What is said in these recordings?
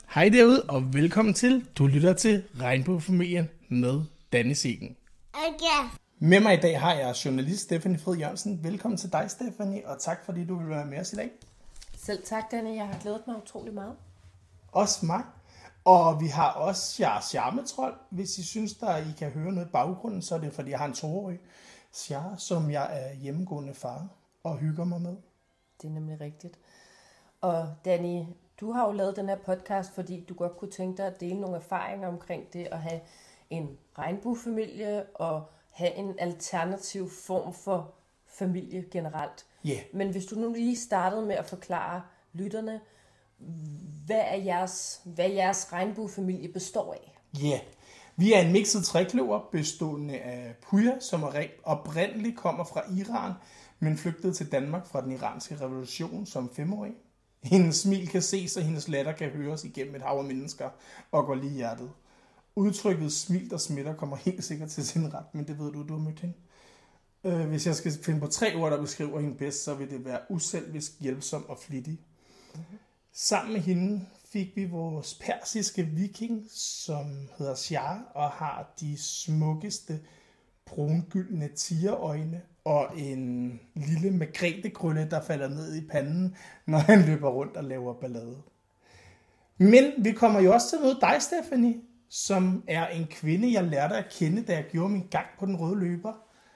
Hej derude, og velkommen til. Du lytter til Regnbuefamilien med Danne Siegen. Okay. Med mig i dag har jeg journalist Stephanie Frid Jørgensen. Velkommen til dig, Stephanie, og tak fordi du vil være med os i dag. Selv tak, Danne. Jeg har glædet mig utrolig meget. Også mig. Og vi har også jeres charmetrol. Hvis I synes, I kan høre noget i baggrunden, så er det fordi, jeg har en 2-årig Char, som jeg er hjemmegående far og hygger mig med. Det er nemlig rigtigt. Og Danny, du har jo lavet den her podcast, fordi du godt kunne tænke dig at dele nogle erfaringer omkring det at have en regnbuefamilie og have en alternativ form for familie generelt. Yeah. Men hvis du nu lige startede med at forklare lytterne, hvad jeres regnbuefamilie består af? Ja, yeah. Vi er en mixet trekløver bestående af Puja, som oprindeligt kommer fra Iran, men flygtede til Danmark fra den iranske revolution som 5-årig. Hendes smil kan ses, og hendes latter kan høres igennem et hav af mennesker og går lige i hjertet. Udtrykket smil, der smitter, kommer helt sikkert til sin ret, men det ved du har mødt hende. Hvis jeg skal finde på 3 ord, der beskriver hende bedst, så vil det være uselvisk, hjælpsom og flittig. Mm-hmm. Sammen med hende fik vi vores persiske viking, som hedder Char, og har de smukkeste brungyldne tigerøjne og en lille Margrethe-krølle, der falder ned i panden, når han løber rundt og laver ballade. Men vi kommer jo også til at møde dig, Stephanie, som er en kvinde, jeg lærte at kende, da jeg gjorde min gang på den røde løber.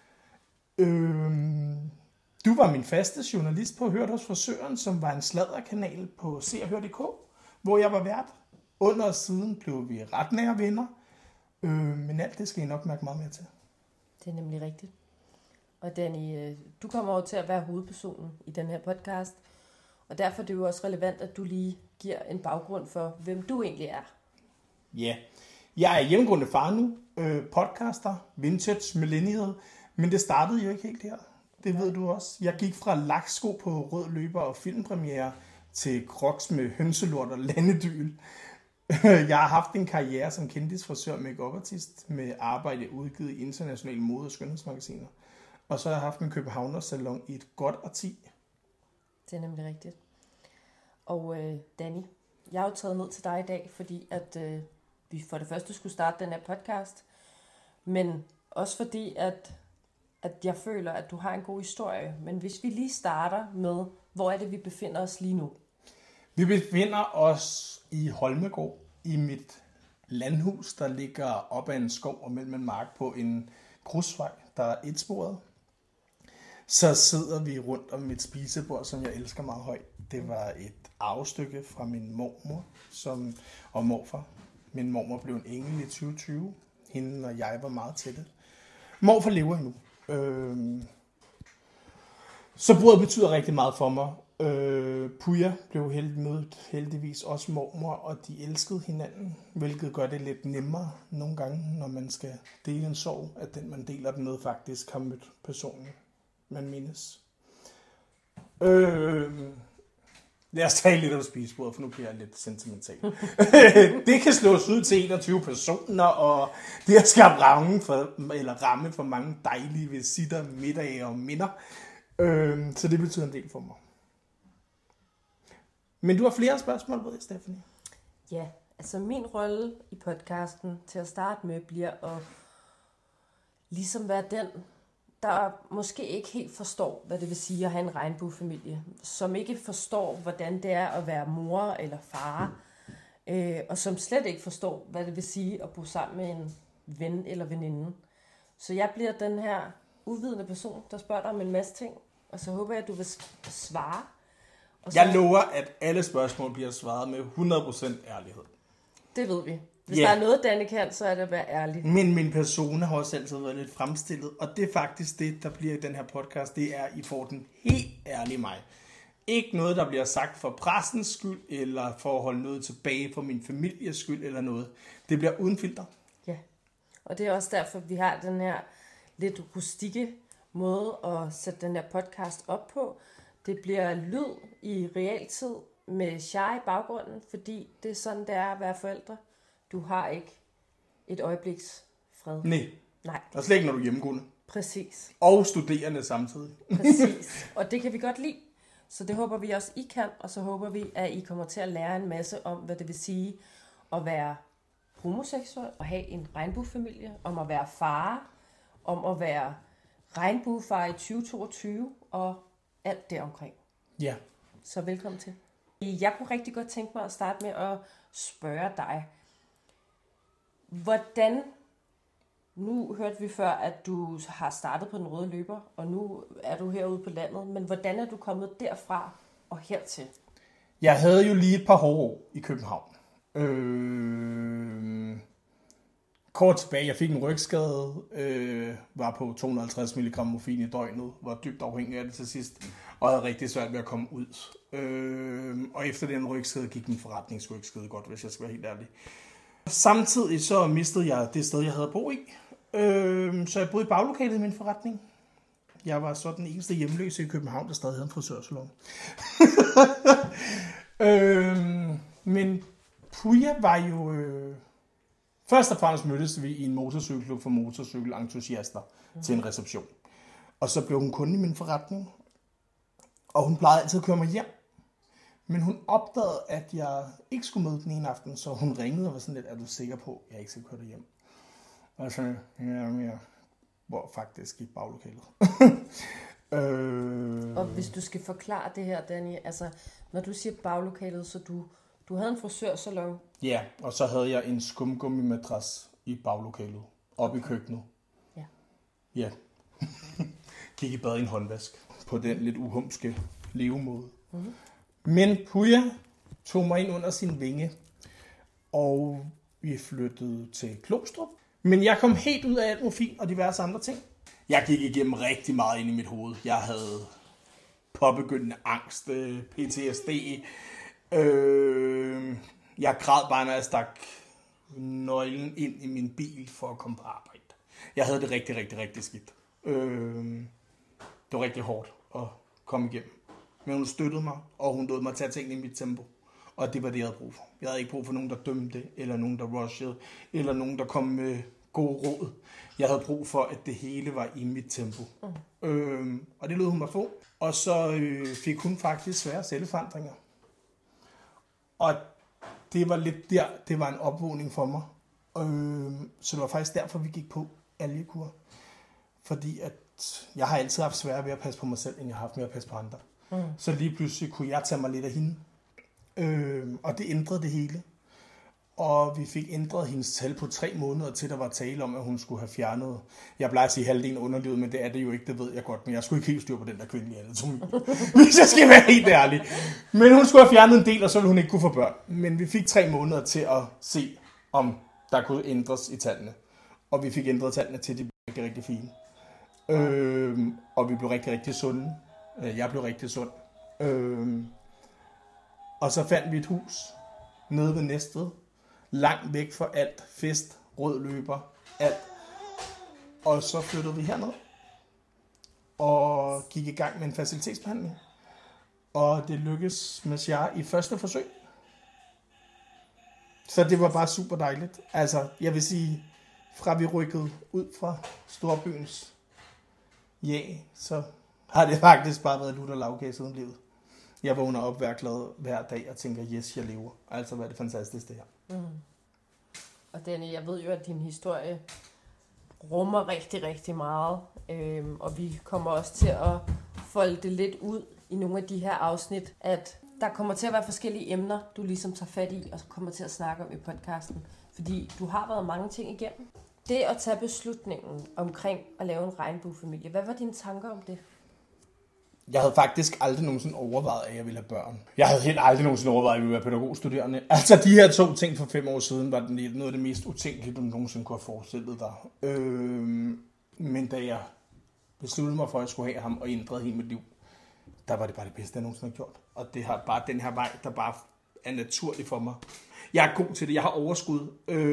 Du var min faste journalist på Hørt hos Frisøren, som var en sladderkanal på Se og Hør.dk, hvor jeg var vært. Under og siden blev vi ret nære venner, men alt det skal I nok mærke meget mere til. Det er nemlig rigtigt. Og Danny, du kommer over til at være hovedpersonen i den her podcast, og derfor er det jo også relevant, at du lige giver en baggrund for, hvem du egentlig er. Ja, jeg er hjemmegående far nu, podcaster, vintage, millennial, men det startede jo ikke helt her. Det ved du også. Jeg gik fra laksko på rød løber og filmpremiere til crocs med hønselort og landedyl. Jeg har haft en karriere som kendisfrisør og make-up-artist med arbejde udgivet i internationale mode- og skønhedsmagasiner. Og så har jeg haft min københavnersalon i et godt årti. Det er nemlig rigtigt. Og Danny, jeg har jo taget ned til dig i dag, fordi at vi for det første skulle starte den her podcast, men også fordi, at jeg føler, at du har en god historie. Men hvis vi lige starter med, hvor er det, vi befinder os lige nu? Vi befinder os i Holmegård, i mit landhus, der ligger op ad en skov og mellem en mark på en grusvej, der er etsporet. Så sidder vi rundt om mit spisebord, som jeg elsker meget højt. Det var et arvestykke fra min mormor og morfar. Min mormor blev en engel i 2020. Hende og jeg var meget tætte. Morfar lever endnu. Så bordet betyder rigtig meget for mig. Puja blev heldigvis også mormor, og de elskede hinanden, hvilket gør det lidt nemmere nogle gange, når man skal dele en sorg, at den man deler den med faktisk har mødt personen, man mindes. Lad os tale lidt om spisebordet, for nu bliver jeg lidt sentimental. Det kan slås ud til 21 personer, og det har skabt ramme for mange dejlige visitter, middage og minder. Så det betyder en del for mig. Men du har flere spørgsmål, ved jeg, Stephanie? Ja, altså min rolle i podcasten til at starte med bliver at ligesom være den, der måske ikke helt forstår, hvad det vil sige at have en regnbuefamilie. Som ikke forstår, hvordan det er at være mor eller far. Og som slet ikke forstår, hvad det vil sige at bo sammen med en ven eller veninde. Så jeg bliver den her uvidende person, der spørger dig om en masse ting. Og så håber jeg, at du vil svare. Og så... Jeg lover, at alle spørgsmål bliver svaret med 100% ærlighed. Det ved vi. Hvis der er noget, Danne kan, så er det at være ærlig. Men min persona har også altid været lidt fremstillet, og det er faktisk det, der bliver i den her podcast. Det er, I får den helt ærlige mig. Ikke noget, der bliver sagt for pressens skyld, eller for at holde noget tilbage for min families skyld, eller noget. Det bliver uden filter. Ja, og det er også derfor, vi har den her lidt rustikke måde at sætte den her podcast op på. Det bliver lyd i realtid med Char i baggrunden, fordi det er sådan, det er at være forældre. Du har ikke et øjebliks fred. Nej. Og slet ikke, når du er hjemmegående. Præcis. Og studerende samtidig. Præcis. Og det kan vi godt lide. Så det håber vi også, I kan, og så håber vi, at I kommer til at lære en masse om, hvad det vil sige at være homoseksuel, og have en regnbuefamilie, om at være far, om at være regnbuefar i 2022, og alt det omkring. Ja. Så velkommen til. Jeg kunne rigtig godt tænke mig at starte med at spørge dig, hvordan, nu hørte vi før, at du har startet på den røde løber, og nu er du herude på landet, men hvordan er du kommet derfra og hertil? Jeg havde jo lige et par hårde år i København. Kort tilbage, jeg fik en rygskade, var på 250 mg morfin i døgnet, var dybt afhængig af det til sidst, og havde rigtig svært ved at komme ud. Og efter den rygskade gik min forretningsrygskade godt, hvis jeg skal være helt ærlig. Samtidig så mistede jeg det sted, jeg havde at bo i, så jeg boede i baglokalet i min forretning. Jeg var så den eneste hjemløse i København, der stadig havde en frisørsalon. Men Puja var jo... Først og fremmest mødtes vi i en motorcykelklub for motorcykelentusiaster til en reception. Og så blev hun kunde i min forretning. Og hun plejede altid at køre mig hjem. Men hun opdagede, at jeg ikke skulle møde den ene aften, så hun ringede og var sådan lidt, er du sikker på, at jeg ikke skal køre dig hjem? Og så, jeg bor faktisk i baglokalet. Og hvis du skal forklare det her, Danny, altså når du siger baglokalet, så du havde en frisørsalon. Ja, og så havde jeg en skumgummimadras i baglokalet, oppe i køkkenet. Ja. Ja. Gik i bad i en håndvask på den lidt uhumske levemåde. Mm-hmm. Men Puja tog mig ind under sin vinge, og vi flyttede til Klostrup. Men jeg kom helt ud af alt morfin og diverse andre ting. Jeg gik igennem rigtig meget ind i mit hoved. Jeg havde påbegyndende angst, PTSD. Jeg græd bare, når jeg stak nøglen ind i min bil for at komme på arbejde. Jeg havde det rigtig, rigtig, rigtig skidt. Det var rigtig hårdt at komme igennem. Men hun støttede mig, og hun lod mig tage tingene i mit tempo. Og det var det, jeg havde brug for. Jeg havde ikke brug for nogen, der dømte, eller nogen, der rushede, eller nogen, der kom med gode råd. Jeg havde brug for, at det hele var i mit tempo. Og det lod hun mig få. Og så fik hun faktisk svære celleforandringer. Og det var lidt der, det var en opvågning for mig. Så det var faktisk derfor, vi gik på algekur. Fordi at jeg har altid haft sværere ved at passe på mig selv, end jeg har haft med at passe på andre. Så lige pludselig kunne jeg tage mig lidt af hende. Og det ændrede det hele. Og vi fik ændret hendes tal på 3 måneder, til der var tale om, at hun skulle have fjernet. Jeg plejer at sige halvdelen af underlivet, men det er det jo ikke, det ved jeg godt. Men jeg skulle ikke helt styre på den der kvindelige anatomi, hvis jeg skal være helt ærlig. Men hun skulle have fjernet en del, og så ville hun ikke kunne få børn. Men vi fik 3 måneder til at se, om der kunne ændres i tallene. Og vi fik ændret tallene til, de blev rigtig, rigtig fine. Og vi blev rigtig, rigtig sunde. Jeg blev rigtig sund. Og så fandt vi et hus nede ved Næstved. Langt væk fra alt. Fest, rød løber, alt. Og så flyttede vi herned. Og gik i gang med en facilitetsbehandling. Og det lykkedes med jer i første forsøg. Så det var bare super dejligt. Altså, jeg vil sige, fra vi rykkede ud fra storbyens så har det faktisk bare været lutter lavkage siden livet. Jeg vågner op hver dag og tænker, yes, jeg lever. Altså, hvad er det fantastisk, det her. Og Danny, jeg ved jo, at din historie rummer rigtig, rigtig meget. Og vi kommer også til at folde det lidt ud i nogle af de her afsnit, at der kommer til at være forskellige emner, du ligesom tager fat i, og så kommer til at snakke om i podcasten. Fordi du har været mange ting igennem. Det at tage beslutningen omkring at lave en regnbuefamilie, hvad var dine tanker om det? Jeg havde faktisk aldrig nogensinde overvejet, at jeg ville have børn. Jeg havde helt aldrig nogensinde overvejet, at jeg ville være pædagogstuderende. Altså, de her 2 ting for 5 år siden var noget af det mest utænkelige, du nogensinde kunne have forestillet dig. Men da jeg besluttede mig for, at jeg skulle have ham og ændrede hele mit liv, der var det bare det bedste, jeg nogensinde har gjort. Og det har bare den her vej, der bare er naturlig for mig. Jeg er god til det. Jeg har overskud.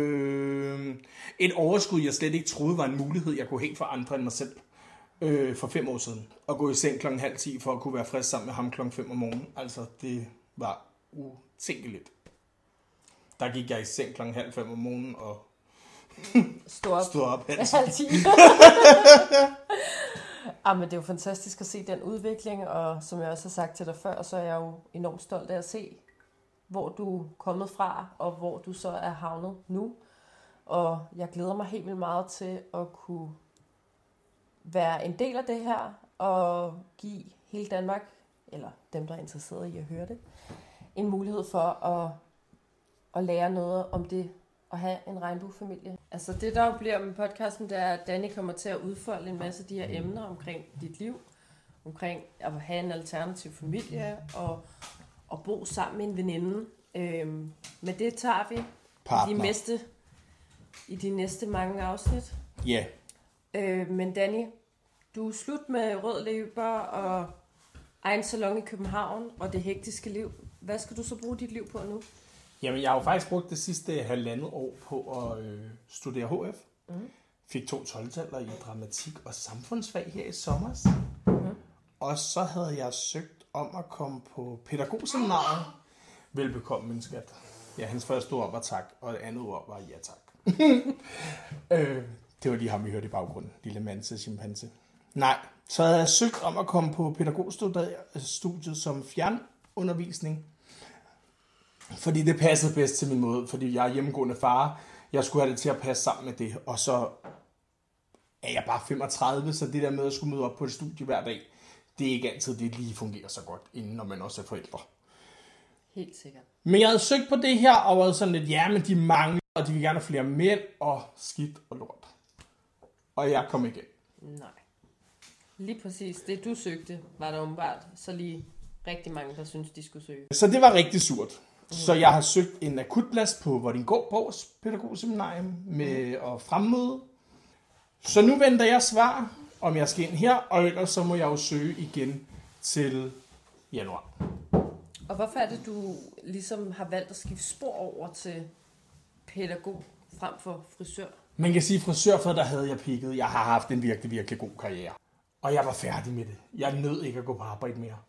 Et overskud, jeg slet ikke troede var en mulighed, jeg kunne have for andre end mig selv. For 5 år siden. At gå i seng 9:30 for at kunne være frisk sammen med ham 5 om morgenen. Altså, det var utænkeligt. Der gik jeg i seng 4:30 om morgenen og stod op. Stod op. Men det er jo fantastisk at se den udvikling, og som jeg også har sagt til dig før, så er jeg jo enormt stolt af at se, hvor du er kommet fra, og hvor du så er havnet nu. Og jeg glæder mig helt vildt meget til at kunne være en del af det her, og give hele Danmark, eller dem, der er interesseret i at høre det, en mulighed for at lære noget om det at have en regnbuefamilie. Altså det, der jo bliver med podcasten, det er, at Danny kommer til at udfolde en masse af de her emner omkring dit liv, omkring at have en alternativ familie, og bo sammen med en veninde. Men det tager vi i de næste mange afsnit. Ja. Men Danny, du er slut med rød løber og egen salon i København og det hektiske liv. Hvad skal du så bruge dit liv på nu? Jamen, jeg har jo faktisk brugt det sidste 1,5 år på at studere HF. Fik 2 12-taller i dramatik og samfundsfag her i sommer. Og så havde jeg søgt om at komme på pædagogseminariet. Velbekomme, min skat. Ja, hans første ord var tak, og det andet ord var ja tak. Det var lige ham, vi hørte i baggrunden. Lille mand til chimpanse. Nej, så havde jeg søgt om at komme på pædagogstudiet som fjernundervisning. Fordi det passede bedst til min måde, fordi jeg er hjemmegående far. Jeg skulle have det til at passe sammen med det, og så er jeg bare 35, så det der med at skulle møde op på et studie hver dag, det er ikke altid, det lige fungerer så godt, inden når man også er forældre. Helt sikkert. Men jeg havde søgt på det her, og været sådan lidt, ja, men de mangler, og de vil gerne have flere mænd, og skidt og lort. Og jeg kom igen. Nej. Lige præcis det, du søgte, var der umiddelbart så lige rigtig mange, der synes de skulle søge. Så det var rigtig surt. Så jeg har søgt en akutplads på Vordingborgs pædagogseminarium med at fremmøde. Så nu venter jeg svar, om jeg skal ind her, og ellers så må jeg jo søge igen til januar. Og hvorfor er det, du ligesom har valgt at skifte spor over til pædagog frem for frisør? Man kan sige, frisør, for der havde jeg pikket. Jeg har haft en virkelig, virkelig god karriere. Og jeg var færdig med det. Jeg nød ikke at gå på arbejde mere.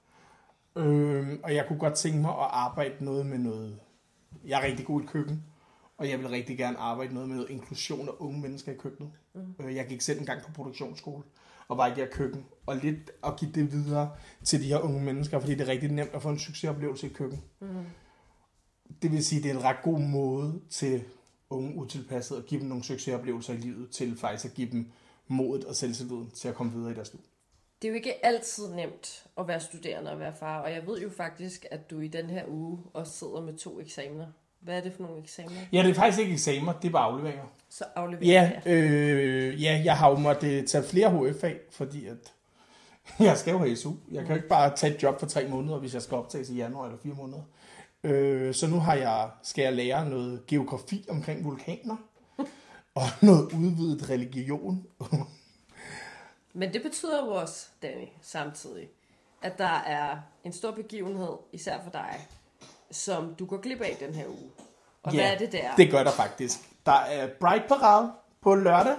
Og jeg kunne godt tænke mig at arbejde noget med noget. Jeg er rigtig god i køkken, og jeg vil rigtig gerne arbejde noget med noget inklusion af unge mennesker i køkkenet. Jeg gik selv en gang på produktionsskole og var i det her køkken, og lidt at give det videre til de her unge mennesker, fordi det er rigtig nemt at få en succesoplevelse i køkken. Det vil sige, at det er en ret god måde til unge utilpassede at give dem nogle succesoplevelser i livet, til faktisk at give dem modet og selvtilliden til at komme videre i deres liv. Det er jo ikke altid nemt at være studerende og være far, og jeg ved jo faktisk, at du i den her uge også sidder med 2 eksamener. Hvad er det for nogle eksamener? Ja, det er faktisk ikke eksamener, det er bare afleveringer. Så afleveringer, ja. Jeg har jo måttet tage flere HF-fag, fordi at jeg skal jo have SU. Jeg kan jo ikke bare tage et job for 3 måneder, hvis jeg skal optages i januar eller 4 måneder. Så nu skal jeg lære noget geografi omkring vulkaner, og noget udvidet religion. Men det betyder jo også, Danny, samtidig, at der er en stor begivenhed, især for dig, som du går glip af den her uge. Og hvad er det der? Det gør der faktisk. Der er Pride Parade på lørdag.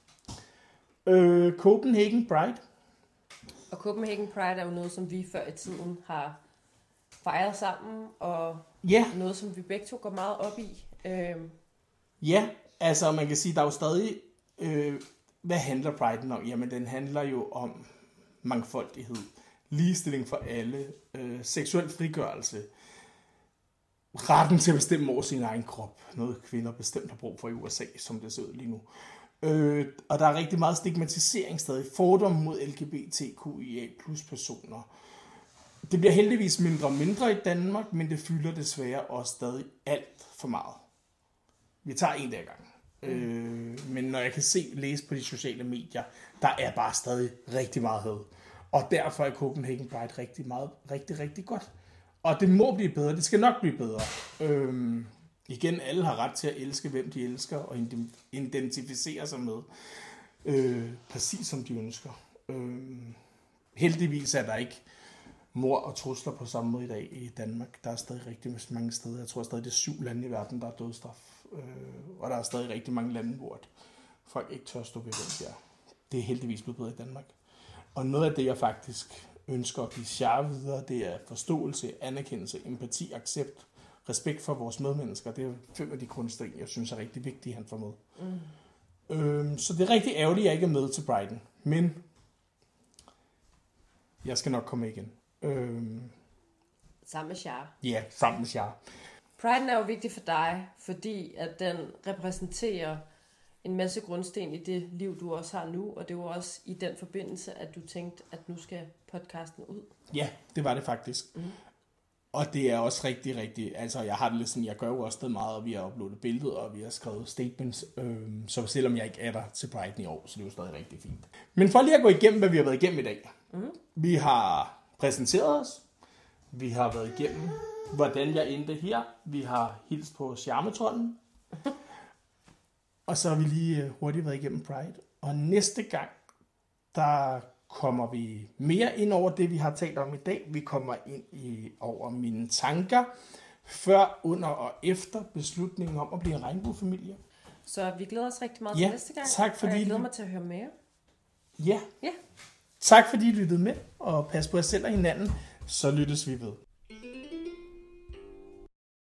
Copenhagen Pride. Og Copenhagen Pride er jo noget, som vi før i tiden har fejret sammen, og noget, som vi begge to går meget op i. Ja, altså man kan sige, der er jo stadig... Hvad handler Pride'en om? Jamen, den handler jo om mangfoldighed, ligestilling for alle, seksuel frigørelse, retten til at bestemme over sin egen krop, noget kvinder bestemt har brug for i USA, som det ser ud lige nu. Og der er rigtig meget stigmatisering stadig, fordom mod LGBTQIA plus personer. Det bliver heldigvis mindre og mindre i Danmark, men det fylder desværre også stadig alt for meget. Vi tager en dag ad gangen. Men når jeg kan læse på de sociale medier, der er bare stadig rigtig meget had. Og derfor er Copenhagen Pride rigtig godt. Og det må blive bedre. Det skal nok blive bedre. Igen, alle har ret til at elske, hvem de elsker, og identificere sig med. Præcis som de ønsker. Heldigvis er der ikke mord og trusler på samme måde i dag i Danmark. Der er stadig rigtig mange steder. Jeg tror stadig, det er 7 lande i verden, der er dødsstraf. Og der er stadig rigtig mange lande, hvor folk ikke tør stå ved hvem de er. Det er heldigvis blevet bedre i Danmark. Og noget af det, jeg faktisk ønsker at give share videre, det er forståelse, anerkendelse, empati, accept, respekt for vores medmennesker. Det er 5 af de grundsten, jeg synes er rigtig vigtige, han får med. Så det er rigtig ærgerligt, at jeg ikke er med til Brighton. Men Jeg skal nok komme igen. Sammen med Shar. Ja, sammen med Shar. Priden er jo vigtig for dig, fordi at den repræsenterer en masse grundsten i det liv, du også har nu, og det var også i den forbindelse, at du tænkte, at nu skal podcasten ud. Ja, det var det faktisk. Og det er også rigtig, altså jeg har det lidt sådan, jeg gør jo også det meget, og vi har uploadet billeder, og vi har skrevet statements, så selvom jeg ikke er der til Pride i år, så det er jo stadig rigtig fint. Men for lige at gå igennem, hvad vi har været igennem i dag. Vi har præsenteret os, vi har været igennem, hvordan jeg endte her, vi har hilst på charmetrollen, og så har vi lige hurtigt været igennem Pride. Og næste gang, der kommer vi mere ind over det, vi har talt om i dag. Vi kommer ind over mine tanker, før, under og efter beslutningen om at blive en regnbuefamilie. Så vi glæder os rigtig meget til næste gang, tak fordi og jeg glæder mig til at høre mere. Ja. Tak fordi I lyttede med, og pas på jer selv og hinanden, så lyttes vi ved.